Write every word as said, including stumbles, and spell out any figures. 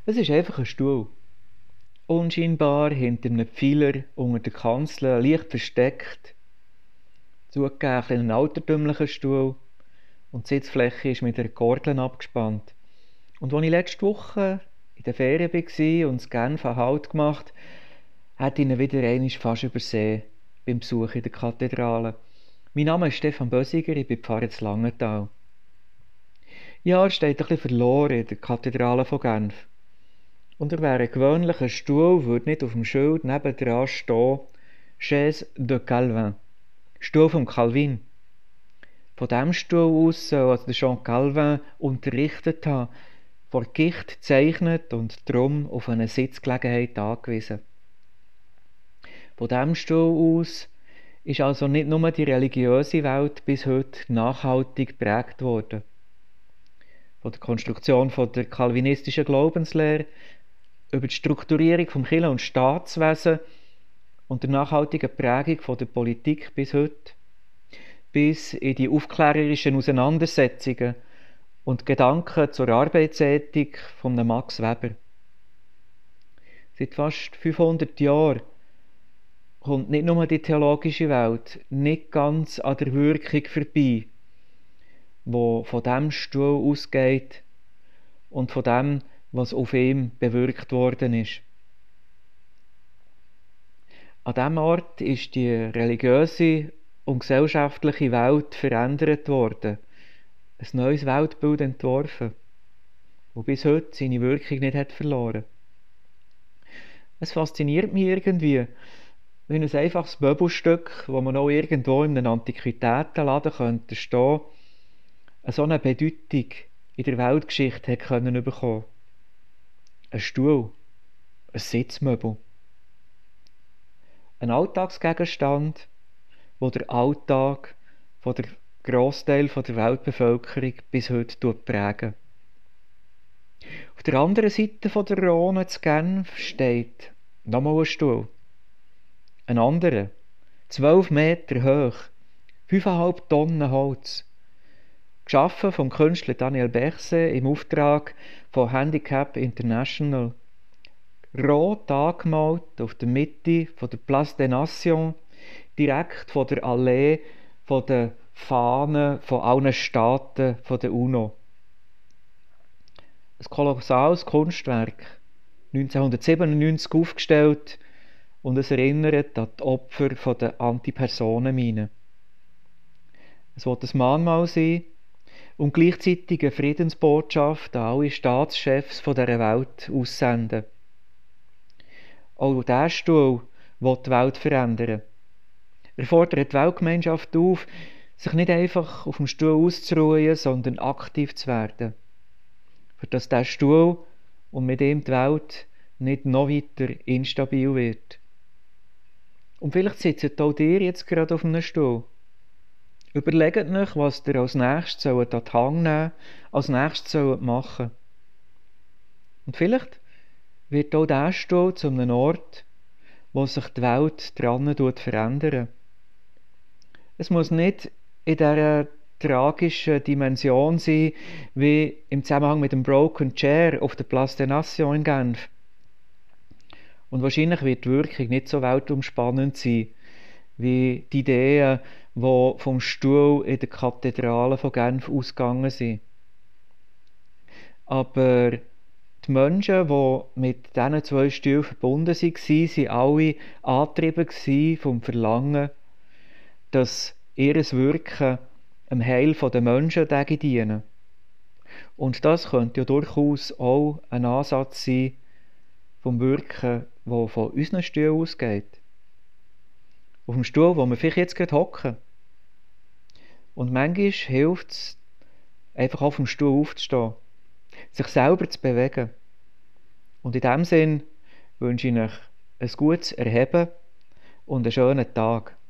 Es ist einfach ein Stuhl. Unscheinbar hinter einem Pfeiler unter der Kanzel, leicht versteckt. Zugegeben ein altertümlicher Stuhl. Und die Sitzfläche ist mit einer Kordel abgespannt. Und als ich letzte Woche in der Ferien war und in Genf Halt gemacht habe, hätte ich ihn wieder einmal fast übersehen beim Besuch in der Kathedrale. Mein Name ist Stefan Bösiger, ich bin Pfarrer zu Langenthal. Ja, er steht ein bisschen verloren in der Kathedrale von Genf. Und er wäre ein gewöhnlicher Stuhl, würde nicht auf dem Schild nebendran stehen, Chaise de Calvin, Stuhl von Calvin. Von diesem Stuhl aus soll also Jean Calvin unterrichtet haben, vor Gicht gezeichnet und darum auf eine Sitzgelegenheit angewiesen. Von diesem Stuhl aus ist also nicht nur die religiöse Welt bis heute nachhaltig geprägt worden. Von der Konstruktion von der calvinistischen Glaubenslehre über die Strukturierung vom Kirchen- und Staatswesen und der nachhaltigen Prägung von der Politik bis heute, bis in die aufklärerischen Auseinandersetzungen und Gedanken zur Arbeitsethik von Max Weber. Seit fast fünfhundert Jahren kommt nicht nur die theologische Welt nicht ganz an der Wirkung vorbei, wo von dem Stuhl ausgeht und von dem, was auf ihm bewirkt worden ist. An diesem Ort ist die religiöse und gesellschaftliche Welt verändert worden, ein neues Weltbild entworfen, das bis heute seine Wirkung nicht hat verloren. Es fasziniert mich irgendwie, wie ein einfaches Möbelstück, das man auch irgendwo in einem Antiquitätenladen könnte stehen, eine so eine Bedeutung in der Weltgeschichte hat können bekommen. Ein Stuhl, ein Sitzmöbel. Ein Alltagsgegenstand, wo der Alltag von der Grossteil der Weltbevölkerung bis heute prägen. Auf der anderen Seite der Rhone zu Genf steht nochmal ein Stuhl. Ein anderer, zwölf Meter hoch, fünfeinhalb Tonnen Holz. Geschaffen vom Künstler Daniel Berset im Auftrag von Handicap International. Rot angemalt auf der Mitte von der Place des Nations, direkt von der Allee von den Fahnen von allen Staaten von der UNO. Ein kolossales Kunstwerk, neunzehnhundertsiebenundneunzig aufgestellt, und es erinnert an die Opfer von der Antipersonenmine. Es wird ein Mahnmal sein und gleichzeitig eine Friedensbotschaft an alle Staatschefs von dieser Welt aussenden. Auch dieser Stuhl will die Welt verändern. Er fordert die Weltgemeinschaft auf, sich nicht einfach auf dem Stuhl auszuruhen, sondern aktiv zu werden. Für dass dieser Stuhl und mit ihm die Welt nicht noch weiter instabil wird. Und vielleicht sitzt auch ihr jetzt gerade auf einem Stuhl. Überlegt euch, was ihr als nächstes an den Hang nehmen, als nächstes machen. Und vielleicht wird auch dieser Stuhl zu einem Ort, wo sich die Welt dran verändert. Es muss nicht in dieser tragischen Dimension sein, wie im Zusammenhang mit dem Broken Chair auf der Place des Nations in Genf. Und wahrscheinlich wird die Wirkung nicht so weltumspannend sein, wie die Ideen, die vom Stuhl in der Kathedrale von Genf ausgegangen sind. Aber die Menschen, die mit diesen zwei Stühlen verbunden waren, waren alle angetrieben vom Verlangen, dass ihr Wirken dem Heil der Menschen dienen. Und das könnte ja durchaus auch ein Ansatz sein vom Wirken, das von unseren Stühlen ausgeht. Auf dem Stuhl, wo wir vielleicht jetzt gerade hocken. Und manchmal hilft es, einfach auf dem Stuhl aufzustehen, sich selber zu bewegen. Und in diesem Sinn wünsche ich euch ein gutes Erheben und einen schönen Tag.